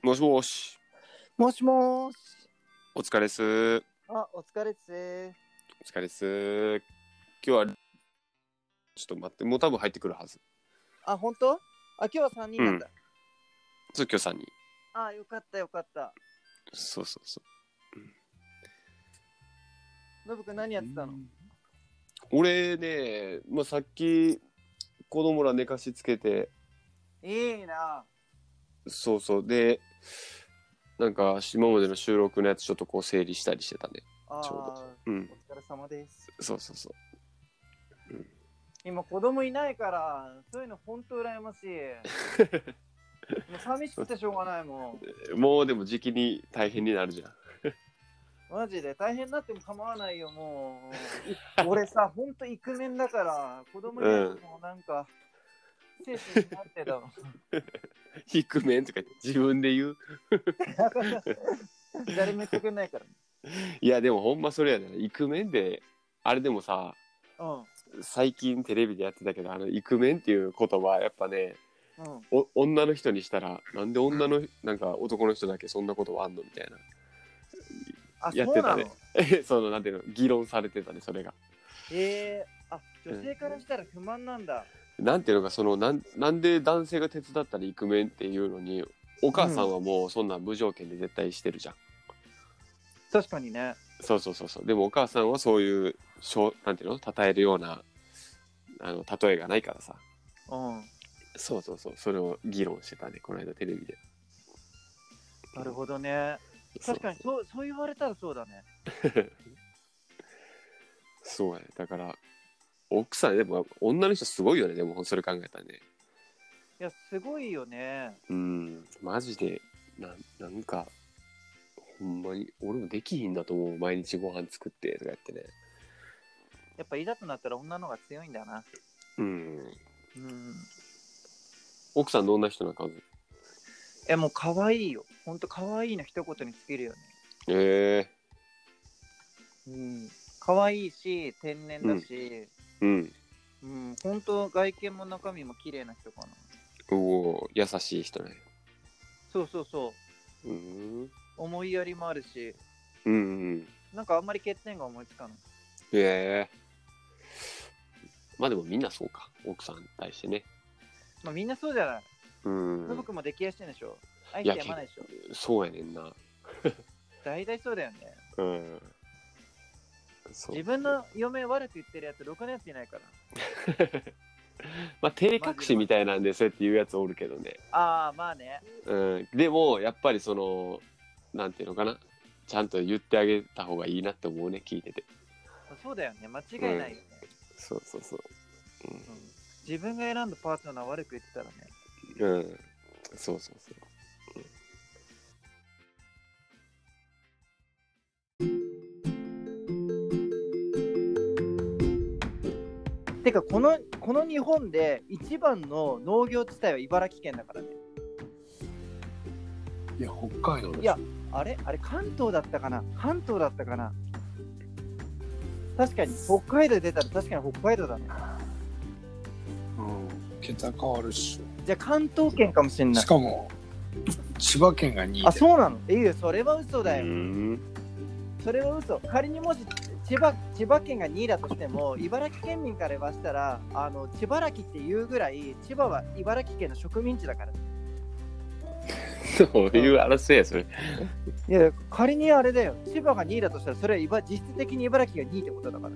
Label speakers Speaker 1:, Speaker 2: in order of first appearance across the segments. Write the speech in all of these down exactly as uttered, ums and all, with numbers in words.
Speaker 1: もしもし。
Speaker 2: もしもーし。
Speaker 1: お疲れっす。
Speaker 2: あ、お疲れっすー。
Speaker 1: お疲れっす。今日は、ちょっと待って、もう多分入ってくるはず。
Speaker 2: あ、本当？あ、今日はさんにんなんだ。
Speaker 1: そう、今日さんにん。
Speaker 2: あ、よかったよかった。
Speaker 1: そうそうそう。
Speaker 2: ノブくん何やってたの？
Speaker 1: 俺ね、まあ、さっき子供ら寝かしつけて、
Speaker 2: いいな。
Speaker 1: そうそうで、なんか今までの収録のやつちょっとこう整理したりしてたね。
Speaker 2: あ
Speaker 1: ちょうど。うん。
Speaker 2: お疲れ様です。
Speaker 1: そうそうそう。うん、
Speaker 2: 今子供いないから、そういうのほんと羨ましい。もう寂しくてしょうがないも
Speaker 1: ん。もうでも時期に大変になるじゃん。
Speaker 2: マジで大変になっても構わないよ、もう。俺さ、ほんとイクメンだから、子供いないともうなんか、精神になってたの。
Speaker 1: 低めんとか自分で言う。
Speaker 2: 誰も言ってくれないから。
Speaker 1: いやでもほんまそれやね。イクメンであれでもさ、
Speaker 2: うん、
Speaker 1: 最近テレビでやってたけど、あのイクメンっていう言葉やっぱね、
Speaker 2: うん、
Speaker 1: お女の人にしたらなんで女のなんか男の人だけそんなことあんのみたいな
Speaker 2: あ、
Speaker 1: やってたね。
Speaker 2: そ
Speaker 1: そのなんていうの、議論されてたね、それが。
Speaker 2: えー、あ、女性からしたら不満なんだ。
Speaker 1: なんていうのか、そのなんなんで男性が手伝ったらイクメンっていうのに、お母さんはもうそんな無条件で絶対してるじゃん。
Speaker 2: 確かにね。
Speaker 1: そうそうそうそう。でもお母さんはそういうしょなんていうの、称えるようなあの例えがないからさ。
Speaker 2: うん。
Speaker 1: そうそうそう。それを議論してたね、この間テレビで。
Speaker 2: なるほどね。確かにそうそう言われたらそうだね。
Speaker 1: そうやね。だから奥さんでも女の人すごいよね。でもそれ考えたらね。
Speaker 2: いやすごいよね。
Speaker 1: うん、マジでななんかほんまに俺もできひんだと思う。毎日ご飯作ってとかやってね。
Speaker 2: やっぱいざとなったら女の方が強いんだな。
Speaker 1: うん。
Speaker 2: うん。
Speaker 1: 奥さんどんな人なのか。
Speaker 2: え、もう可愛いよ。ほんと可愛いの一言に尽きるよね。
Speaker 1: え
Speaker 2: うん。可愛いし天然だし、
Speaker 1: ー、うん。
Speaker 2: うん。ほんと外見も中身も綺麗な人かな。
Speaker 1: おお、優しい人ね。
Speaker 2: そうそうそう。
Speaker 1: うん。
Speaker 2: 思いやりもあるし、
Speaker 1: うんうん。
Speaker 2: なんかあんまり欠点が思いつかない。
Speaker 1: へえ。まあでもみんなそうか。奥さんに対してね。
Speaker 2: まあみんなそうじゃない。
Speaker 1: うん。
Speaker 2: ノブくんも出来合いしてんでしょ。愛
Speaker 1: いや
Speaker 2: してやまないでしょ。
Speaker 1: そうやねんな。
Speaker 2: 大体そうだよね。
Speaker 1: うん。そう
Speaker 2: 自分の嫁悪く言ってるやつ、ろくなやついないから。
Speaker 1: まあ照れ隠しみたいなんでそうやって言うやつおるけどね。
Speaker 2: ああ、まあね。
Speaker 1: うん。でもやっぱりそのなんていうのかな。ちゃんと言ってあげた方がいいなって思うね、聞いてて。
Speaker 2: そうだよね。間違いないよね。
Speaker 1: うん、そうそうそう。
Speaker 2: うん、自分が選んだパートナー悪く言ってたらね。
Speaker 1: うん。そうそうそう。
Speaker 2: てかこのこの日本で一番の農業地帯は茨城県だからね。
Speaker 3: いや北海道です。
Speaker 2: いやあれあれ関東だったかな、関東だったかな。確かに北海道出たら確かに北海道だね。
Speaker 3: うん、桁変わるっしょ。
Speaker 2: じゃあ関東圏かもしれない。
Speaker 3: しかも千葉県がにい。
Speaker 2: あ、そうなの。えいやそれは嘘だよ。
Speaker 1: うん
Speaker 2: それは嘘。仮にもし千葉、千葉県がにいだとしても、茨城県民から言わせたら、あの千葉らきっていうぐらい、千葉は茨城県の植民地だから。
Speaker 1: そういう争いやそれ。
Speaker 2: いや、仮にあれだよ。千葉がにいだとしたら、それは実質的に茨城がにいってことだから。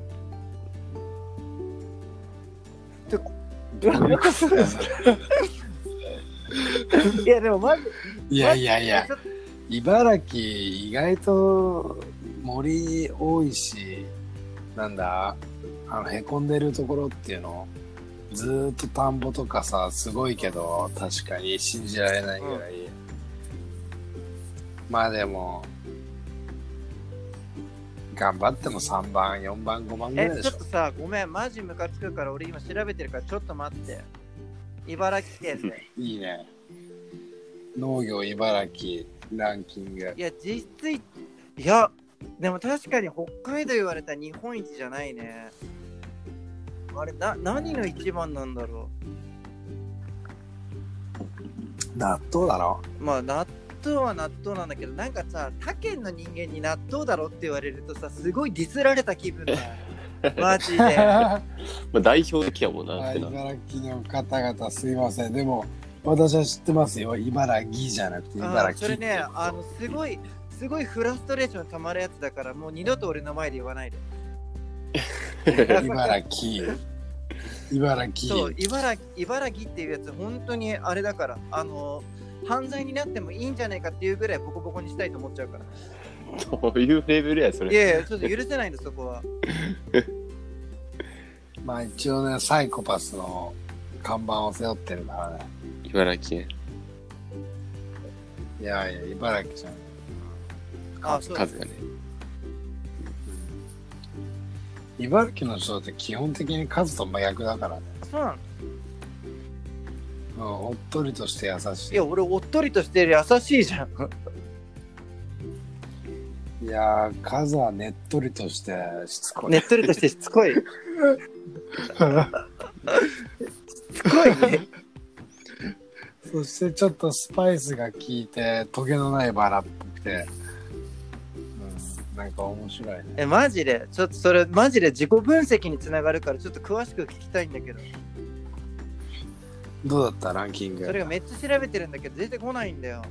Speaker 3: どういうことですか。
Speaker 2: いや、でもまず、
Speaker 3: いやいやいや
Speaker 2: まず、
Speaker 3: 茨城意外と森多いし、なんだ、あのへこんでるところっていうの、ずーっと田んぼとかさ、すごいけど、確かに信じられないぐらい。うん、まあでも、頑張ってもさんばん、よんばん、ごばんぐらい
Speaker 2: え、
Speaker 3: でしょ。
Speaker 2: ちょっとさ、ごめん、マジムカつくから、俺今調べてるから、ちょっと待って。茨城県で。
Speaker 3: いいね。農業茨城ランキング。
Speaker 2: いや、実質い、いや、でも確かに北海道言われたら日本一じゃないね。あれ、な、何の一番なんだろ
Speaker 3: 納豆だろ。
Speaker 2: まあ納豆は納豆なんだけど、なんかさ、他県の人間に納豆だろって言われるとさ、すごいディスられた気分だよ。マジで。
Speaker 1: まあ代表的やもんなってな。
Speaker 3: 茨城の方々すいません。でも私は知ってますよ。茨城じゃなくて茨城。
Speaker 2: それね、あのすごいすごいフラストレーションたまるやつだから、もう二度と俺の前で言わないで。
Speaker 3: 茨城。茨城。
Speaker 2: そう、茨城、茨城っていうやつ本当にあれだから、あの犯罪になってもいいんじゃないかっていうぐらいボコボコにしたいと思っちゃうから。
Speaker 1: どういうレベルやそれ。
Speaker 2: いやいや、ちょっと許せないんだそこは。
Speaker 3: まあ一応ね、サイコパスの看板を背負ってるからね。
Speaker 1: 茨城県。
Speaker 3: いやいや、茨城じゃん。
Speaker 2: あ、そう
Speaker 1: 数がね。
Speaker 3: 茨城の人って基本的に数と真逆だからね。
Speaker 2: そうなの。
Speaker 3: うん、おっとりとして優しい。
Speaker 2: いや、俺おっとりとしてる優しいじゃん。
Speaker 3: いやー、数はねっとりとしてしつこい。
Speaker 2: ねっとりとしてしつこい。しつこいね。
Speaker 3: そしてちょっとスパイスが効いてトゲのないバラっぽくて、うん、なんか面白いね。
Speaker 2: え、マジでちょっとそれマジで自己分析につながるからちょっと詳しく聞きたいんだけど。
Speaker 3: どうだったランキング。
Speaker 2: それがめっちゃ調べてるんだけど出てこないんだよ。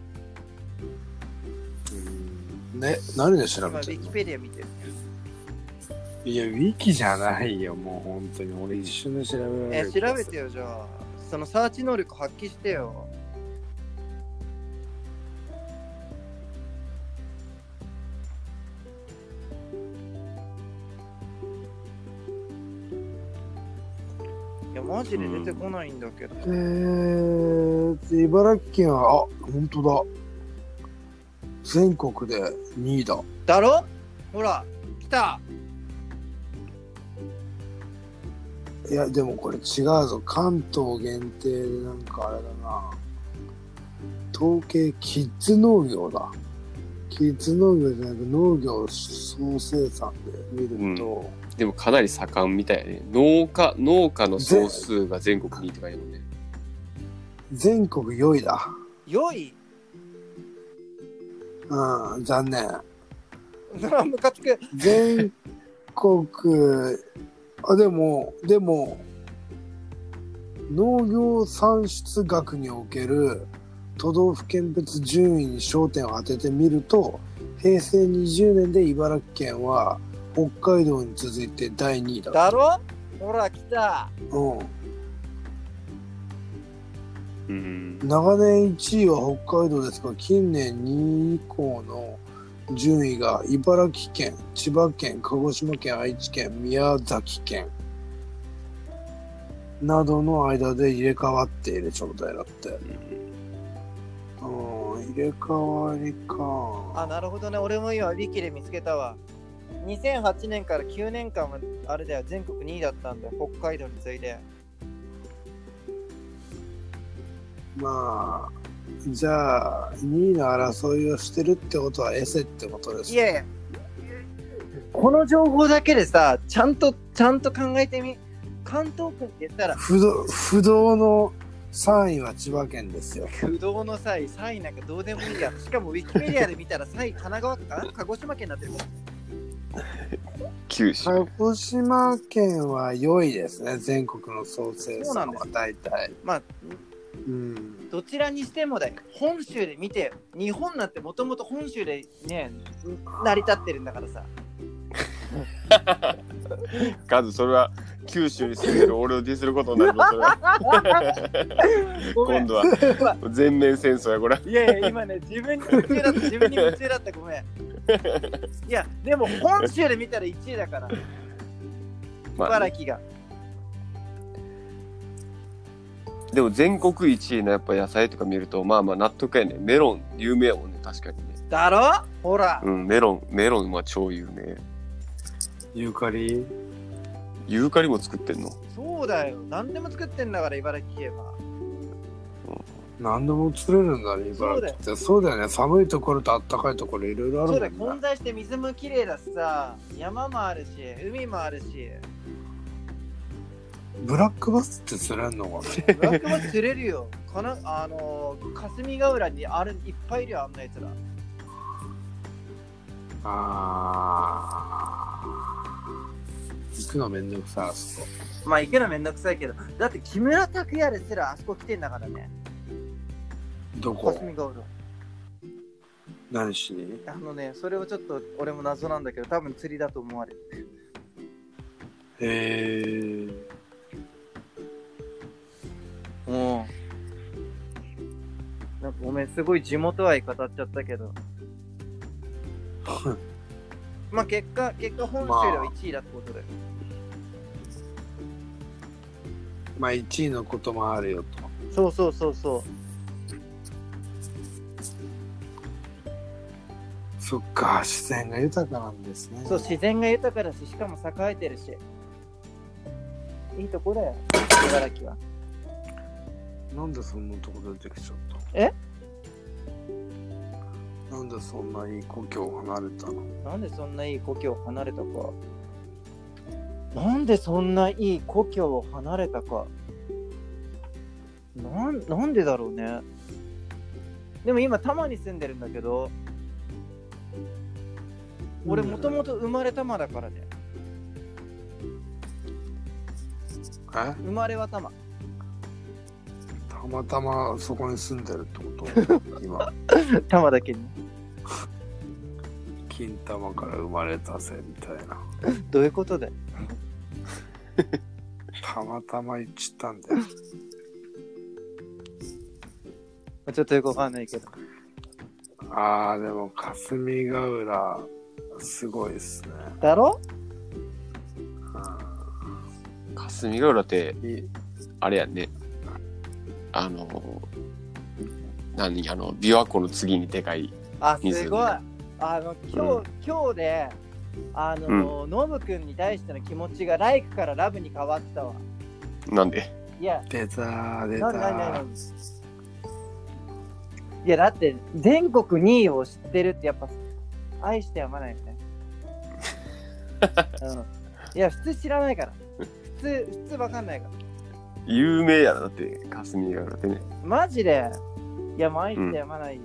Speaker 3: ね、何で調
Speaker 2: 今ウ
Speaker 3: べてるの？
Speaker 2: ィキペディア見てる。
Speaker 3: いや、ウィキじゃないよ、もう本当に。俺一瞬で調べられ
Speaker 2: え、
Speaker 3: る。
Speaker 2: 調べてよ、じゃあ。そのサーチ能力発揮してよ。いや、マジで出てこないんだけど。
Speaker 3: えー、茨城県は、あ、本当だ。全国でにいだ。
Speaker 2: だろ？ほら、来た。
Speaker 3: いや、でもこれ違うぞ。関東限定でなんかあれだな。統計、キッズ農業だ。キッズ農業じゃなく農業総生産で見ると、
Speaker 1: うん、でもかなり盛んみたいね。農家、農家の総数が全国にいって書いてあるもんね。
Speaker 3: 全国よいだ。
Speaker 2: よい？
Speaker 3: うん、残念。
Speaker 2: ムカつく。
Speaker 3: 全国、あ、でも、でも、農業産出額における都道府県別順位に焦点を当ててみると、へいせいにじゅうねんで茨城県は北海道に続いてだいにいだ。
Speaker 2: だろ？ほら、来た。
Speaker 3: うん。
Speaker 1: うん、
Speaker 3: 長年いちいは北海道ですが、近年にい以降の順位が茨城県、千葉県、鹿児島県、愛知県、宮崎県などの間で入れ替わっている状態だって。うん、入れ替わりか。
Speaker 2: あ、なるほどね。俺も今、ウィキで見つけたわ。にせんはちねんからきゅうねんかんは、あれだよ、全国にいだったんだよ。北海道に次いで。
Speaker 3: まあ、じゃあ、にいの争いをしてるってことはエセってことです。
Speaker 2: いやいや、この情報だけでさ、ちゃんと、ちゃんと考えてみ。関東区って言ったら、
Speaker 3: 不動、不動のさんいは千葉県ですよ。
Speaker 2: 不動の際、さいなんかどうでもいいや。しかもウィキペディアで見たらさい、神奈川か鹿児島県になってる。
Speaker 1: 九州。
Speaker 3: 鹿児島県は良いですね、全国の総生産は大体。
Speaker 2: まあ、
Speaker 3: うん、
Speaker 2: どちらにしてもだよ。本州で見てよ。日本なんてもともと本州でね、成り立ってるんだからさ。
Speaker 1: カズ、それは九州に住んでる俺をディスることになるぞ、それは。今度は全面戦争や、これ。
Speaker 2: いやいや、今ね、自分に夢中だった、自分に夢中だった、ごめん。いや、でも本州で見たらいちいだから。
Speaker 1: まあ、
Speaker 2: 茨城が。
Speaker 1: でも全国いちいのやっぱ野菜とか見ると、まあまあ納得やね。メロン有名やもんね、確かにね。
Speaker 2: だろ？ほら。
Speaker 1: うん、メロン、メロンは超有名。
Speaker 3: ユーカリ
Speaker 1: ユーカリも作ってんの？
Speaker 2: そうだよ。何でも作ってんだから、茨城県は。
Speaker 3: 何でも釣れるんだね、茨城って。そうだよね、寒いところと暖かいところいろいろあるもんね。
Speaker 2: そうだよ、混在して水もきれいだしさ、山もあるし、海もあるし。
Speaker 3: ブラックバスって釣れんのかな。
Speaker 2: ブラックバス釣れるよ。かな、あのー、霞ヶ浦にあるいっぱいいるよ、あんなやつら。
Speaker 3: あー、行くのめんどくさい、あそこ。
Speaker 2: まあ行くのめんどくさいけど、だって木村拓哉ですらあそこ来てんだからね。
Speaker 3: どこ？
Speaker 2: 霞ヶ浦。
Speaker 3: 何しに？
Speaker 2: あのね、それはちょっと俺も謎なんだけど、多分釣りだと思われる。
Speaker 3: へー。
Speaker 2: うん。なんかごめん、すごい地元愛語っちゃったけど。まあ結果、結果本州ではいちいだってことだよ。
Speaker 3: まあいちいのこともあるよと。
Speaker 2: そうそうそうそう。
Speaker 3: そっか、自然が豊かなんですね。
Speaker 2: そう、自然が豊かだし、しかも栄えてるし。いいとこだよ、茨城は。
Speaker 3: なんでそんなとこ出てきちゃった？
Speaker 2: え？
Speaker 3: なんでそんないい故郷を離れたの？
Speaker 2: なんでそんないい故郷を離れたか。なんでそんないい故郷を離れたか。なん、なんでだろうね。でも今多摩に住んでるんだけど、俺もともと生まれ多摩だからね。
Speaker 3: え？
Speaker 2: 生まれは多摩。
Speaker 3: たまたまそこに住んでるってこと？今
Speaker 2: 多摩だけに。
Speaker 3: 金玉から生まれたぜみたいな。
Speaker 2: どういうことだよ。
Speaker 3: たまたま言っちゃったんだよ。
Speaker 2: ちょっとよくわかんないけど。
Speaker 3: あー、でも霞ヶ浦すごいですね。
Speaker 2: だろ？
Speaker 1: 霞ヶ浦って
Speaker 3: いい。
Speaker 1: あれやね、あの何あの琵琶湖の次にでかい。
Speaker 2: あ、すごい。あの今日、
Speaker 1: うん、
Speaker 2: 今日であの、うん、ノブくんに対しての気持ちがライクからラブに変わったわ。
Speaker 1: なんで？
Speaker 2: いや、
Speaker 3: 出たー出たー。
Speaker 2: なんなんなんなん。いやだって全国にいを知ってるってやっぱ愛してやまないよね。うん、いや普通知らないから。普通普通わかんないから。
Speaker 1: 有名やな、だって霞ヶ浦ってね。
Speaker 2: マジで？いやもう愛してやまないよ。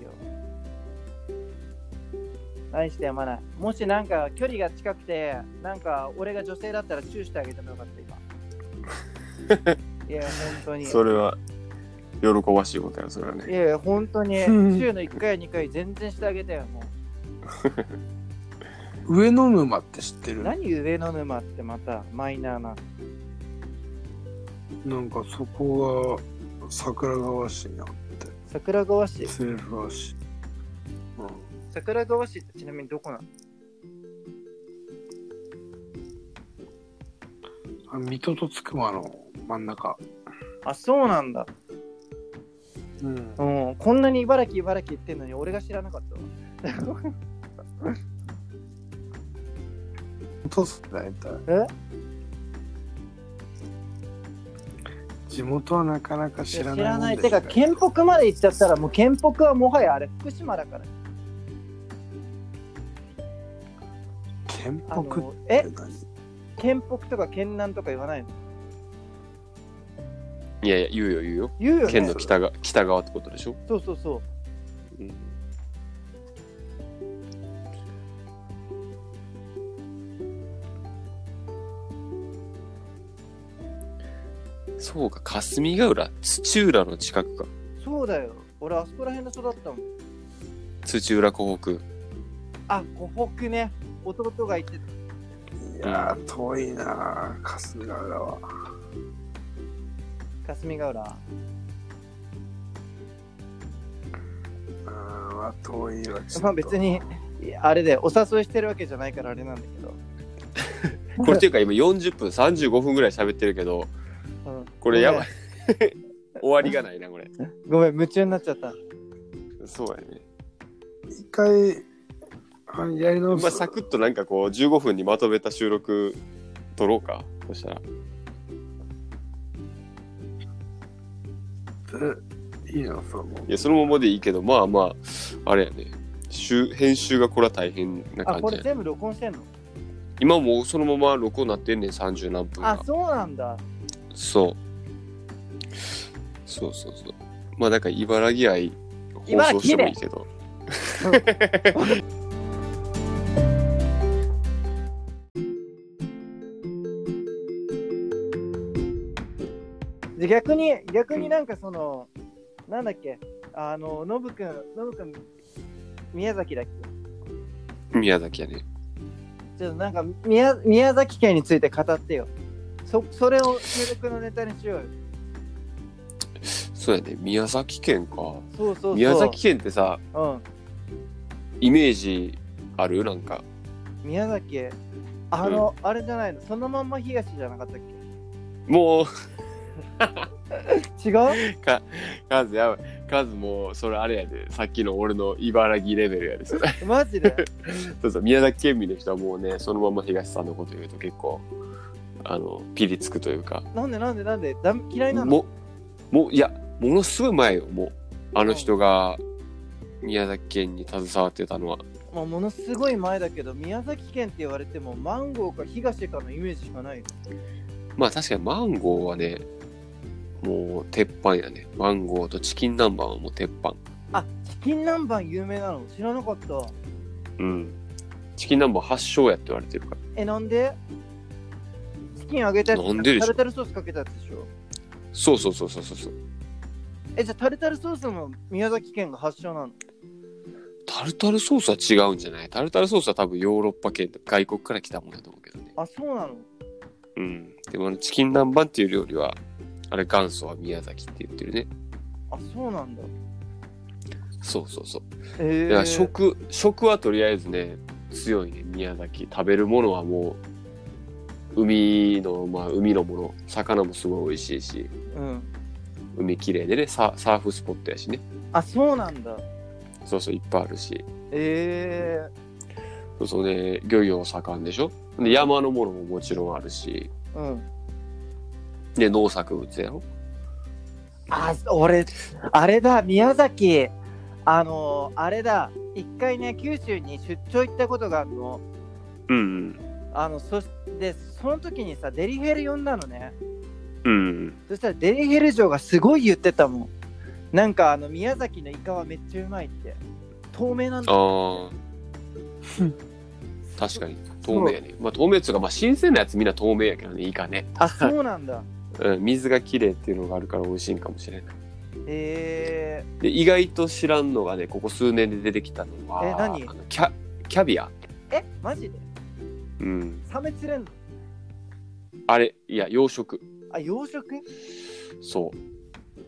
Speaker 2: うん、愛してやまない。もしなんか距離が近くて、なんか俺が女性だったらチューしてあげてもよかった今。いや本当に。
Speaker 1: それは喜ばしいことや、それはね。
Speaker 2: いやいや本当に週のいっかいやにかい全然してあげてよも
Speaker 3: う。上野沼って知ってる？
Speaker 2: 何上野沼ってまたマイナーな。
Speaker 3: なんかそこが桜川市にあって。
Speaker 2: 桜川市？
Speaker 3: セーフらしい。うん。
Speaker 2: 桜川市ってちなみにどこなの？
Speaker 3: あ、水戸とつくばの真ん中。
Speaker 2: あ、そうなんだ。
Speaker 3: うん。
Speaker 2: うん、こんなに茨城茨城言ってんのに俺が知らなかったわ。
Speaker 3: どうすんだいたい。
Speaker 2: え？
Speaker 3: 地元はなかなか知らないもんで。
Speaker 2: 知らない。てか県北まで行っちゃったらもう県北はもはやあれ福島だから。
Speaker 3: 県北って何？
Speaker 2: え？県北とか県南とか言わないの？
Speaker 1: いやいや、言うよ言うよ。
Speaker 2: 言うよね。
Speaker 1: 県の北が北側ってことでしょ？
Speaker 2: そうそうそう。
Speaker 1: うん、そうか、霞ヶ浦、土浦の近くか。
Speaker 2: そうだよ。俺あそこら辺で育ったもん。
Speaker 1: 土浦湖北。
Speaker 2: あ、湖北ね。弟が言ってた。
Speaker 3: いやー、遠いなー、霞ヶ浦は。
Speaker 2: 霞ヶ浦。
Speaker 3: あー、まあ、遠いわ。
Speaker 2: まあ別に、あれでお誘いしてるわけじゃないからあれなんだけど。
Speaker 1: これっていうか今よんじゅっぷんさんじゅうごふんぐらい喋ってるけど、
Speaker 2: うん、
Speaker 1: これやばい。終わりがないな、これ。
Speaker 2: ごめん、夢中になっちゃった。
Speaker 1: そうやね。
Speaker 3: 一回、あやり直す。
Speaker 1: まあ、サクッとなんかこうじゅうごふんにまとめた収録撮ろうか。そしたら。
Speaker 3: いいな、その。
Speaker 1: いや、そのままでいいけど、まあまあ、あれやね。編集がこれは大変な感じ。
Speaker 2: あ、これ全部録音してんの？
Speaker 1: 今もうそのまま録音なってんねん、さんじゅう何分か。
Speaker 2: あ、そうなんだ。
Speaker 1: そうそうそうそう。まあだから茨城愛放送してもいいけど。
Speaker 2: で逆に逆になんかそのなんだっけあのノブくんノブくん宮崎だっけ。
Speaker 1: 宮崎やね。
Speaker 2: ちょっとなんか 宮, 宮崎県について語ってよ。そそれを収録のネタにしようよ。
Speaker 1: そうやね、宮崎県か。
Speaker 2: そうそうそう。
Speaker 1: 宮崎県ってさ、
Speaker 2: うん。
Speaker 1: イメージある？なんか
Speaker 2: 宮崎あの、うん、あれじゃないの、そのまんま東じゃなかったっけ。
Speaker 1: もう
Speaker 2: 違う
Speaker 1: か、カズやばい。カズもうそれあれやで、さっきの俺の茨城レベルやでそれ。
Speaker 2: マジで
Speaker 1: そうそう、宮崎県民の人はもうね、そのまま東さんのこと言うと結構あのピリつくというか。
Speaker 2: なんでなんでなんでだ嫌いなの？
Speaker 1: ももういや、ものすごい前よ、もうあの人が宮崎県に携わってたのは。
Speaker 2: まあ、ものすごい前だけど、宮崎県って言われてもマンゴーか東かのイメージしかないよ。
Speaker 1: まあ確かにマンゴーはね、もう鉄板やね。マンゴーとチキン南蛮はもう鉄板。
Speaker 2: あ、チキン南蛮有名なの知らなかった。
Speaker 1: うん。チキン南蛮発祥やって言われてるから。
Speaker 2: え、なんで？チキン揚げたやつ、
Speaker 1: なんででしょ？
Speaker 2: タルタルソースかけたやつでしょ？
Speaker 1: そうそうそうそうそう。
Speaker 2: え、じゃあタルタルソースも宮崎県が発祥なの？
Speaker 1: タルタルソースは違うんじゃない？タルタルソースは多分ヨーロッパ圏で外国から来たもんだと思うけどね。
Speaker 2: あ、そうなの？
Speaker 1: うん。でもあのチキン南蛮っていう料理は、あれ元祖は宮崎って言ってるね。
Speaker 2: あ、そうなんだ。
Speaker 1: そうそうそう。
Speaker 2: えー、
Speaker 1: だから食、食はとりあえずね、強いね、宮崎。食べるものはもう、海の、まあ海のもの、魚もすごい美味しいし、
Speaker 2: うん、
Speaker 1: 海きれいでね、サ、サーフスポットやしね。
Speaker 2: あ、そうなんだ。
Speaker 1: そうそう、いっぱいあるし。
Speaker 2: え
Speaker 1: ー、そうそうね、漁業盛んでしょ。で、山のものももちろんあるし、
Speaker 2: うん。
Speaker 1: で、農作物やろ。
Speaker 2: あ、俺、あれだ、宮崎、あの、あれだ、一回ね、九州に出張行ったことがあるの。
Speaker 1: うんうん。
Speaker 2: あの、そして、その時にさ、デリヘル呼んだのね。
Speaker 1: うんうん。
Speaker 2: そしたらデリヘル嬢がすごい言ってたもん。なんか、あの、宮崎のイカはめっちゃうまいって。透明なんだ。
Speaker 1: ああ。確かに、透明やね。まあ、透明っていうか、まあ、新鮮なやつみんな透明やけどね、イカね。
Speaker 2: あ、そうなんだ。
Speaker 1: うん、水がきれいっていうのがあるから美味しいんかもしれない。
Speaker 2: えー、
Speaker 1: で、意外と知らんのがね、ここ数年で出てきたのは、
Speaker 2: え、何？
Speaker 1: あのキャ、キャビア。
Speaker 2: え、マジで？
Speaker 1: うん。
Speaker 2: サメ釣れんの？
Speaker 1: あれ、いや、養殖。
Speaker 2: あ、養殖？
Speaker 1: そう。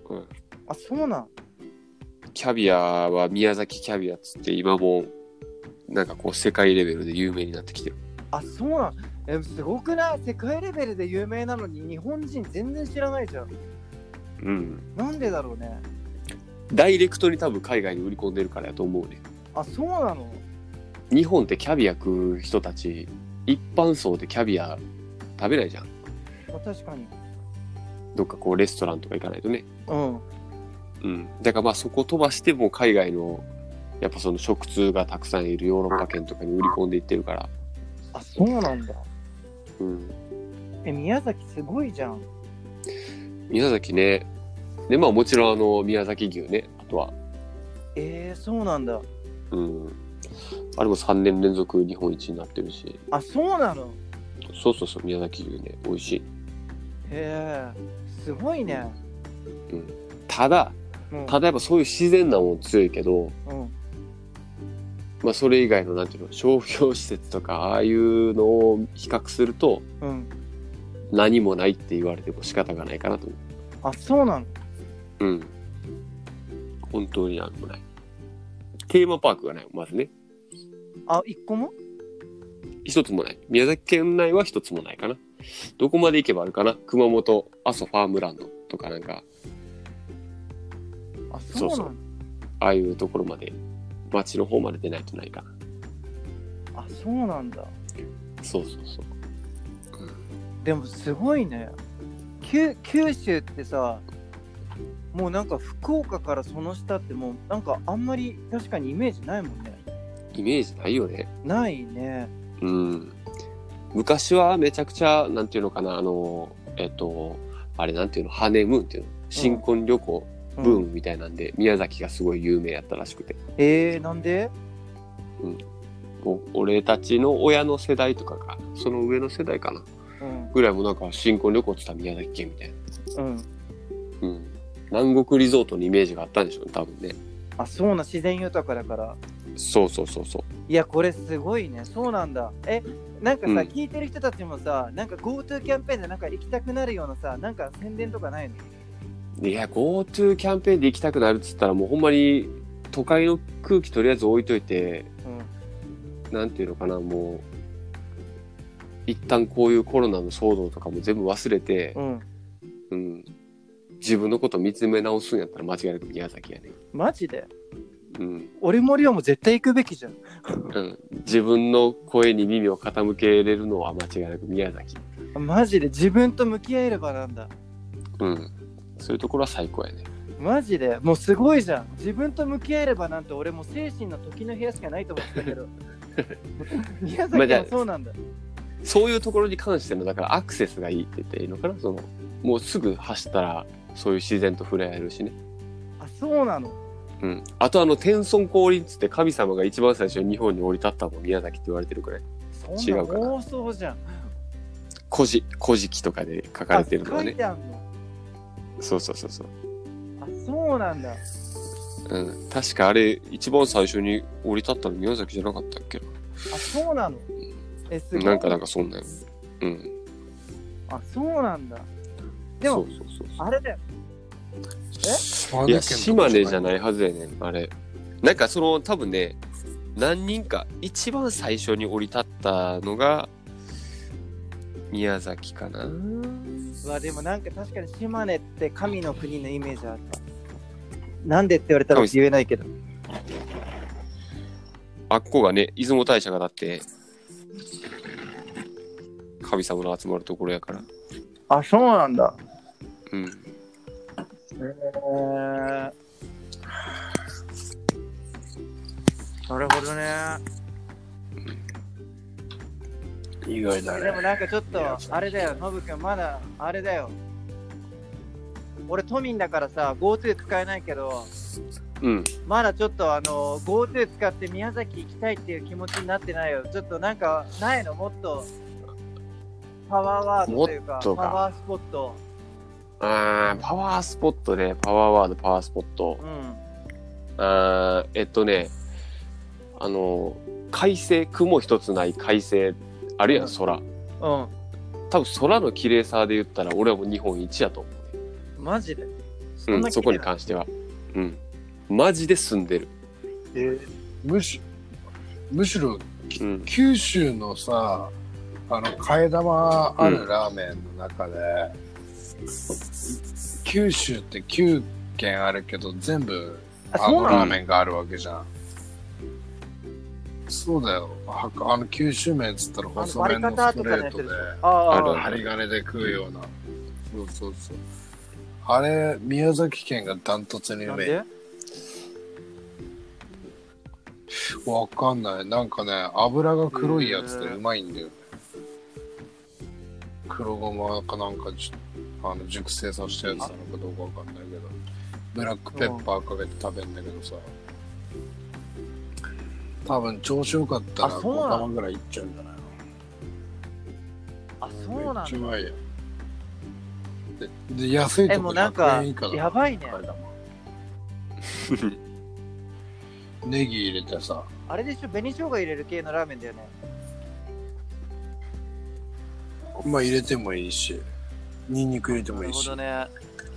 Speaker 1: うん。
Speaker 2: あ、そうなん。
Speaker 1: キャビアは宮崎キャビアっつって今もなんかこう世界レベルで有名になってきてる。
Speaker 2: あ、そうなん。え、すごくない？世界レベルで有名なのに日本人全然知らないじゃん。
Speaker 1: うん。
Speaker 2: なんでだろうね。
Speaker 1: ダイレクトに多分海外に売り込んでるからやと思うね。
Speaker 2: あ、そうなの？
Speaker 1: 日本ってキャビア食う人たち一般層でキャビア食べないじゃん。
Speaker 2: あ、確かに。
Speaker 1: どっかこうレストランとか行かないとね。
Speaker 2: うん。
Speaker 1: うん。だからまあそこ飛ばしても海外のやっぱその食通がたくさんいるヨーロッパ圏とかに売り込んでいってるから。
Speaker 2: あ、そうなんだ。
Speaker 1: うん。
Speaker 2: え、宮崎すごいじゃん。
Speaker 1: 宮崎ね。で、まあもちろんあの宮崎牛ね。あとは。
Speaker 2: えー、そうなんだ。
Speaker 1: うん。あれもさんねん連続日本一になってるし。
Speaker 2: あ、そうなの？
Speaker 1: そうそうそう、宮崎牛ね、美味しい。
Speaker 2: へえ、すごいね。
Speaker 1: うん。ただ、
Speaker 2: うん、
Speaker 1: ただやっぱそういう自然なもん強いけど、
Speaker 2: うん、
Speaker 1: まあそれ以外のなんていうの、商業施設とかああいうのを比較すると、
Speaker 2: うん、
Speaker 1: 何もないって言われても仕方がないかなと思う。
Speaker 2: あ、そうなの？
Speaker 1: うん。本当に何もない。テーマパークがないまずね。
Speaker 2: あ、一個も？
Speaker 1: 一つもない。宮崎県内は一つもないかな。どこまで行けばあるかな。熊本阿蘇ファームランドとかなんか。
Speaker 2: あ、そうなの？そうそう。
Speaker 1: ああいうところまで、町の方まで出ないとないかな。
Speaker 2: あ、そうなんだ。
Speaker 1: そうそうそう。
Speaker 2: うん、でもすごいね。九、九州ってさ、もうなんか福岡からその下ってもうなんかあんまり確かにイメージないもんね。
Speaker 1: イメージないよね。
Speaker 2: ないね。
Speaker 1: うん。昔はめちゃくちゃなんていうのかな、あのえっとあれなんていうの、ハネムーンっていうの、新婚旅行ブームみたいなんで、うん、宮崎がすごい有名やったらしくて。
Speaker 2: えー、なんで？
Speaker 1: うん、お俺たちの親の世代とかか、その上の世代かな、うん、ぐらいもなんか新婚旅行って言ったら宮崎県みたいな。うん。うん。南国リゾートのイメージがあったんでしょうね、多分ね。
Speaker 2: あ、そうな、自然豊かだから。
Speaker 1: そうそうそうそう。
Speaker 2: いや、これすごいね。そうなんだ。え、なんかさ、うん、聞いてる人たちもさ、なんか GoTo キャンペーンでなんか行きたくなるようなさ、なんか宣伝とかないの？
Speaker 1: いや、GoTo キャンペーンで行きたくなるっつったら、もうほんまに都会の空気とりあえず置いといて、うん、なんていうのかな、もう一旦こういうコロナの騒動とかも全部忘れて、うんうん、自分のこと見つめ直すんやったら間違いなく宮崎やね。
Speaker 2: マジで？
Speaker 1: うん。
Speaker 2: 俺もリオも絶対行くべきじゃん。
Speaker 1: うん。自分の声に耳を傾けれるのは間違いなく宮崎。
Speaker 2: マジで自分と向き合えればなんだ。
Speaker 1: うん。そういうところは最高やね。
Speaker 2: マジでもうすごいじゃん。自分と向き合えればなんて俺もう精神の時の部屋しかないと思ってたけど。宮崎もそうなんだ。ま
Speaker 1: あ、そういうところに関してのだからアクセスがいいって言っていいのかな。そのもうすぐ走ったらそういう自然と触れ合えるしね。
Speaker 2: あ、そうなの。
Speaker 1: うん、あとあの天孫降臨っつって神様が一番最初に日本に降り立ったのも宮崎って言われてるくらい。
Speaker 2: そんな妄想じゃん。
Speaker 1: 古事古事記とかで書かれてるのはね。
Speaker 2: 書いてあんの。
Speaker 1: そうそうそうそう。
Speaker 2: あ、そうなんだ。
Speaker 1: うん、確かあれ一番最初に降り立ったの宮崎じゃなかったっけな。
Speaker 2: あ、そうなの。え、すごい。
Speaker 1: なんかなんかそんなよ。うん。
Speaker 2: あ、そうなんだ。でも、そうそうそうそう、あれだよ。
Speaker 1: え？いや、島根じゃないはずやねん、あれ。なんかその、多分ね、何人か、一番最初に降り立ったのが、宮崎かな。
Speaker 2: うわ、でもなんか確かに島根って神の国のイメージあった。なんでって言われたら言えないけど。
Speaker 1: あっこがね、出雲大社がだって、神様の集まるところやから。
Speaker 2: あ、そうなんだ。
Speaker 1: うん。
Speaker 2: えー、なるほどね。
Speaker 3: 意外だね。
Speaker 2: でもなんかちょっとあれだよ、ノブくんまだあれだよ。俺都民だからさ、GoTo 使えないけど、
Speaker 1: うん、
Speaker 2: まだちょっとあの GoTo 使って宮崎行きたいっていう気持ちになってないよ。ちょっとなんかないの？もっとパワーワードというか、パワースポット。
Speaker 1: あー、パワースポットね。パワーワード、パワースポット。
Speaker 2: うん。
Speaker 1: あー、えっとね、あの、快晴、雲一つない快晴、あるやん、空。うん。多分空の綺麗さで言ったら、俺はもう日本一やと思
Speaker 2: う。マジで？
Speaker 1: うん、そこに関しては。うん。マジで住んでる。
Speaker 3: えー、むし、むしろ、うん、九州のさ、あの、替え玉あるラーメンの中で、うん、九州ってきゅうけんあるけど、全部、あのラーメンがあるわけじゃん。そうだよ。あの九州麺っつったら細麺のストレートで、針金で食うような。そうそうそう。あれ、宮崎県がダントツにうめえ。わかんない。なんかね、油が黒いやつでうまいんだよね。黒ごまかなんかじあの熟成させたやつなのかどうかわかんないけど、ブラックペッパーかけて食べんだけどさ、多分調子よかったらご玉ぐらいいっちゃうんじゃないの？
Speaker 2: あ、そうなんだ。めっちゃうまいや。
Speaker 3: で、で安いとこひゃくえん以下だ。
Speaker 2: やばいね。
Speaker 3: ネギ入れてさ。
Speaker 2: あれでしょ、紅生姜入れる系のラーメンだよね。
Speaker 3: まあ入れてもいいし、ニンニク入れてもいいし。
Speaker 2: なる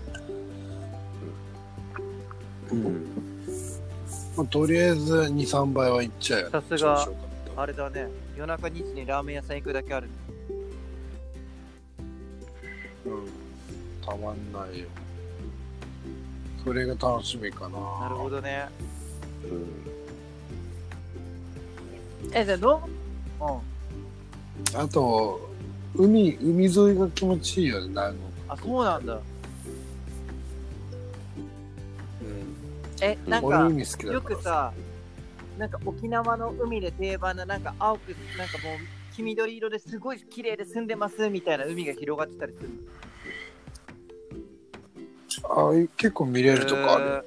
Speaker 3: ほどね。うん。まあ、とりあえずに、さんばいはいっちゃうよ。
Speaker 2: さすが、あれだね。夜中にじにラーメン屋さん行くだけある。
Speaker 3: うん。たまんないよ。それが楽しみかな。
Speaker 2: なるほどね。
Speaker 3: うん。
Speaker 2: え、じゃあどう？
Speaker 3: うん。あと、海、海沿いが気持ちいいよね、南国。
Speaker 2: あ、そうなんだ。
Speaker 3: うん。
Speaker 2: え、なんか、
Speaker 3: 海好きだ
Speaker 2: よくさ、なんか沖縄の海で定番のなんか青く、なんかもう黄緑色ですごい綺麗で住んでますみたいな海が広がってたりする
Speaker 3: あ結構見れるとこある。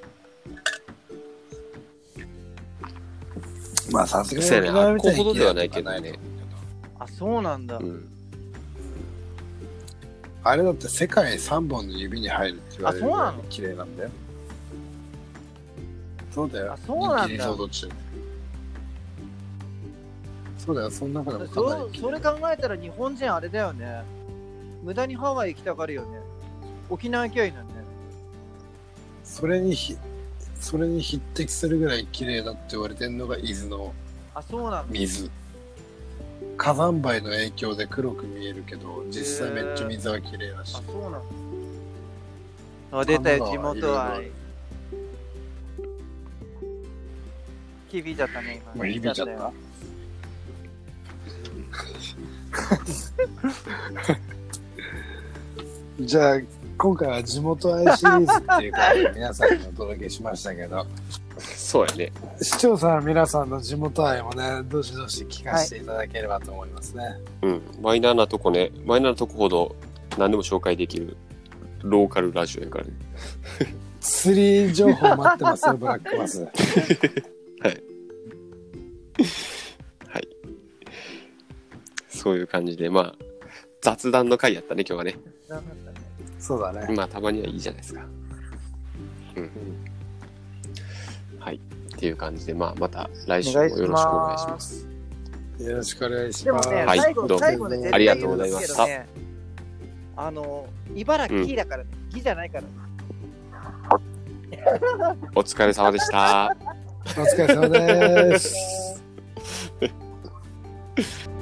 Speaker 3: まあさすがに
Speaker 1: そうやね、あっこ
Speaker 3: 沖縄みたいに
Speaker 1: ほどではないけどね。
Speaker 2: あ、そうなんだ。
Speaker 1: うん。
Speaker 3: あれだって世界三本の指に入るって言われるぐらい綺麗なんだよ。そうだよ。
Speaker 2: あ、そうなんだ。
Speaker 3: 人気リゾート地。そうだよ、その中でもかなり
Speaker 2: そ
Speaker 3: 綺麗。
Speaker 2: それ考えたら日本人あれだよね。無駄にハワイ行きたがるよね。沖縄行きゃいいのにね。
Speaker 3: それにひそれに匹敵するぐらい綺麗だって言われてるのが伊豆の
Speaker 2: あ、そうなんだ。
Speaker 3: 水。火山灰の影響で黒く見えるけど、実際めっちゃ水は綺麗だし。
Speaker 2: あ、そうなんだ。あ、出たよ、地元愛。響いちゃったね、今。
Speaker 3: まあ、響いちゃった。じゃあ今回は地元愛シリーズっていうか皆さんにお届けしましたけど、
Speaker 1: そうやね。
Speaker 3: 視聴者の皆さんの地元愛もね、どしどし聞かせていただければと思いますね。
Speaker 1: うん。マイナーなとこね、マイナーなとこほど何でも紹介できるローカルラジオやからね。
Speaker 3: 釣り情報待ってますよ、ブラックバス。
Speaker 1: はい。はい。そういう感じで、まあ、雑談の回やったね、今日はね。
Speaker 3: そうだね。
Speaker 1: まあ、たまにはいいじゃないですか。うん。うん、はい。っていう感じで、まあ、また来週もよろしくお願いします。
Speaker 3: よろしくお願いし
Speaker 2: でも
Speaker 3: ます。
Speaker 2: ね、
Speaker 1: はい
Speaker 2: 最後、
Speaker 1: どうも
Speaker 2: 最後ね、絶
Speaker 1: ありが
Speaker 2: 対
Speaker 1: とうございました。
Speaker 2: 言うんですけどね、あの、茨城木だからね、木じゃないからね。
Speaker 1: お疲れ様でした。
Speaker 3: お疲れ様です。